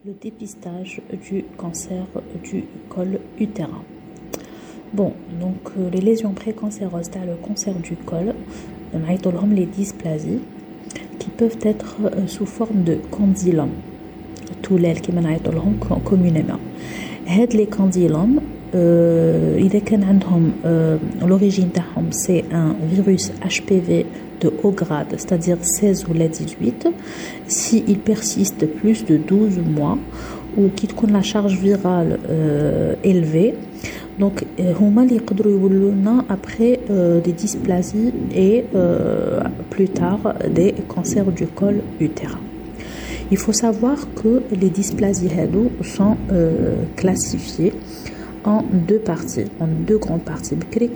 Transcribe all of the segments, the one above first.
le dépistage du cancer du col utérin. Bon, donc les lésions précancéreuses, le cancer du col, les dysplasies, qui peuvent être sous forme de condylome, tout l'aile qui communément. Les condylomes, l'origine c'est un virus HPV de haut grade, c'est-à-dire 16 ou 18, s'il persiste plus de 12 mois ou qu'il ait la charge virale élevée. Donc, après des dysplasies et plus tard des cancers du col utérin. Il faut savoir que les dysplasies sont classifiées en deux parties, en deux grandes parties.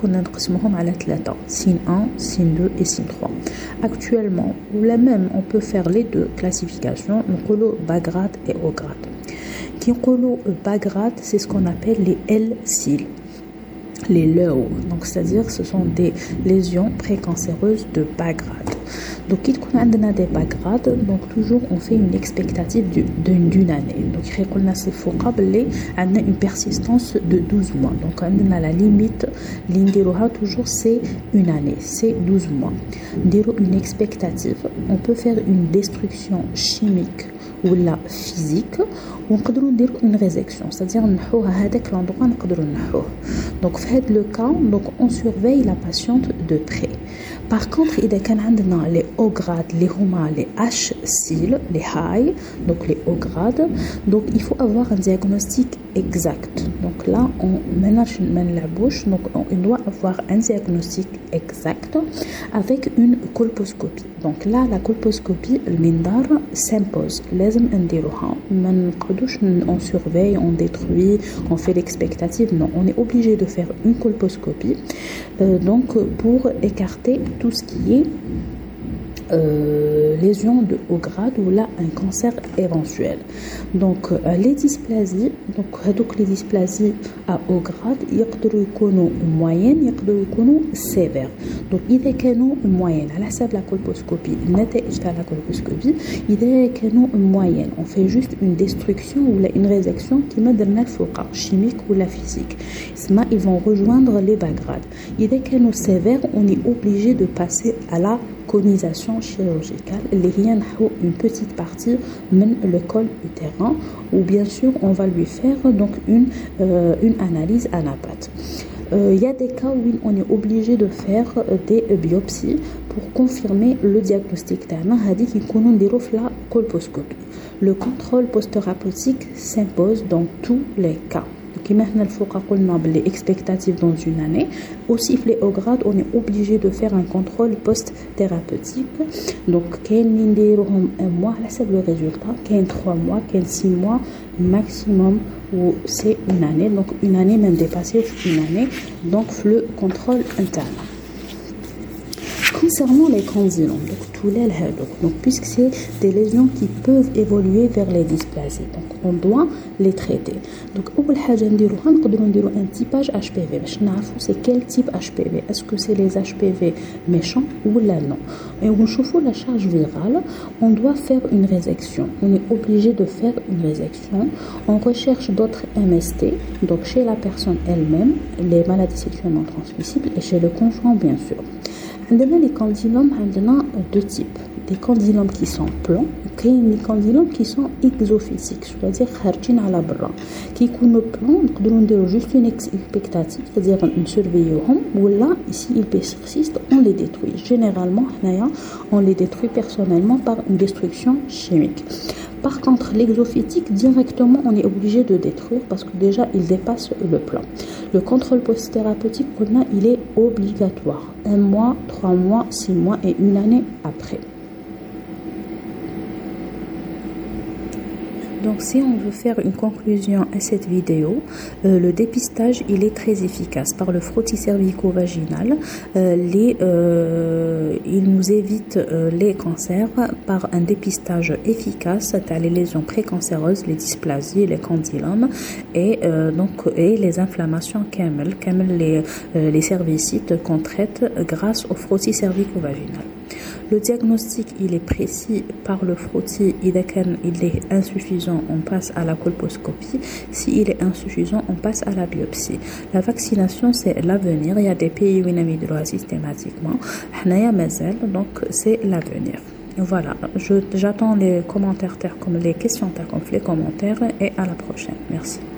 Signe 1, signe 2 et signe 3. Actuellement, ou là même, on peut faire les deux classifications, bas grade et haut grade. Qui bas grade, c'est ce qu'on appelle les L-cils, les low. Donc, c'est-à-dire, ce sont des lésions précancéreuses de bas grade. Donc, quand on a des bas grades, donc toujours on fait une expectative d'une année. Donc, on a une persistance de 12 mois. Donc, on a la limite, toujours c'est une année, c'est 12 mois. Une expectative, on peut faire une destruction chimique ou la physique, ou on peut une résection, c'est-à-dire l'endroit. Donc, faites le cas, donc on surveille la patiente de près. Par contre, il y a les hauts grades, les H-cils, les high, donc les hauts grades. Donc, il faut avoir un diagnostic exact. Donc là, on ménage la bouche, donc on doit avoir un diagnostic exact avec une colposcopie. Donc là, la colposcopie, le mindar s'impose. On surveille, on détruit, on fait l'expectative. Non, on est obligé de faire une colposcopie donc pour écarter tout ce qui est lésions de haut grade ou là un cancer éventuel. Donc les dysplasies, donc les dysplasies à haut grade, يقدروا يكونوا moyennes, يقدروا يكونوا sévères. Donc إذا كانوا moyennes على حسب la colposcopie, النتائج تاع la colposcopie إذا كانوا moyennes, on fait juste une destruction ou là une résection qui ما درنا الفوقة chimique ou la physique. Ils vont rejoindre les bas grades. إذا كانوا sévères, on est obligé de passer à la conisation chirurgicale, une petite partie le col utérin, ou bien sûr on va lui faire donc une analyse anapathe. Il y a des cas où on est obligé de faire des biopsies pour confirmer le diagnostic. La colposcopie. Le contrôle post-thérapeutique s'impose dans tous les cas. Les expectatives dans une année. Aussi, les hauts grades, on est obligé de faire un contrôle post-thérapeutique. Donc, un mois, là c'est le résultat. 3 mois, 6 mois maximum, ou c'est une année. Donc, une année, même dépasser une année. Donc, le contrôle interne. Concernant les condylomes, donc puisque c'est des lésions qui peuvent évoluer vers les dysplasies, donc on doit les traiter. Donc un typage HPV. C'est quel type HPV? Est-ce que c'est les HPV méchants ou là non? Et on chauffe la charge virale, on doit faire une résection. On est obligé de faire une résection. On recherche d'autres MST, donc chez la personne elle-même, les maladies sexuellement transmissibles, et chez le conjoint bien sûr. Les condylomes, on a deux types. Des condylomes qui sont plans et des condylomes qui sont exophysiques, c'est-à-dire kharjin ala barra. Qui sont plans, on peut juste une expectative, c'est-à-dire on surveille ou là, ici ils persistent, on les détruit. Généralement, on les détruit personnellement par une destruction chimique. Par contre, l'exophytique, directement, on est obligé de détruire parce que déjà, il dépasse le plan. Le contrôle post-thérapeutique, il est obligatoire. 1 mois, 3 mois, 6 mois et une année après. Donc, si on veut faire une conclusion à cette vidéo, le dépistage, il est très efficace. Par le frottis cervico-vaginal, il nous évite les cancers par un dépistage efficace, les lésions précancéreuses, les dysplasies, les condylomes et les inflammations les cervicites qu'on traite grâce au frottis cervico-vaginal. Le diagnostic, il est précis par le frottis. Il est insuffisant, on passe à la colposcopie. S'il est insuffisant, on passe à la biopsie. La vaccination, c'est l'avenir. Il y a des pays où on a systématiquement. Donc, c'est l'avenir. Voilà, j'attends les commentaires comme les questions comme les commentaires et à la prochaine. Merci.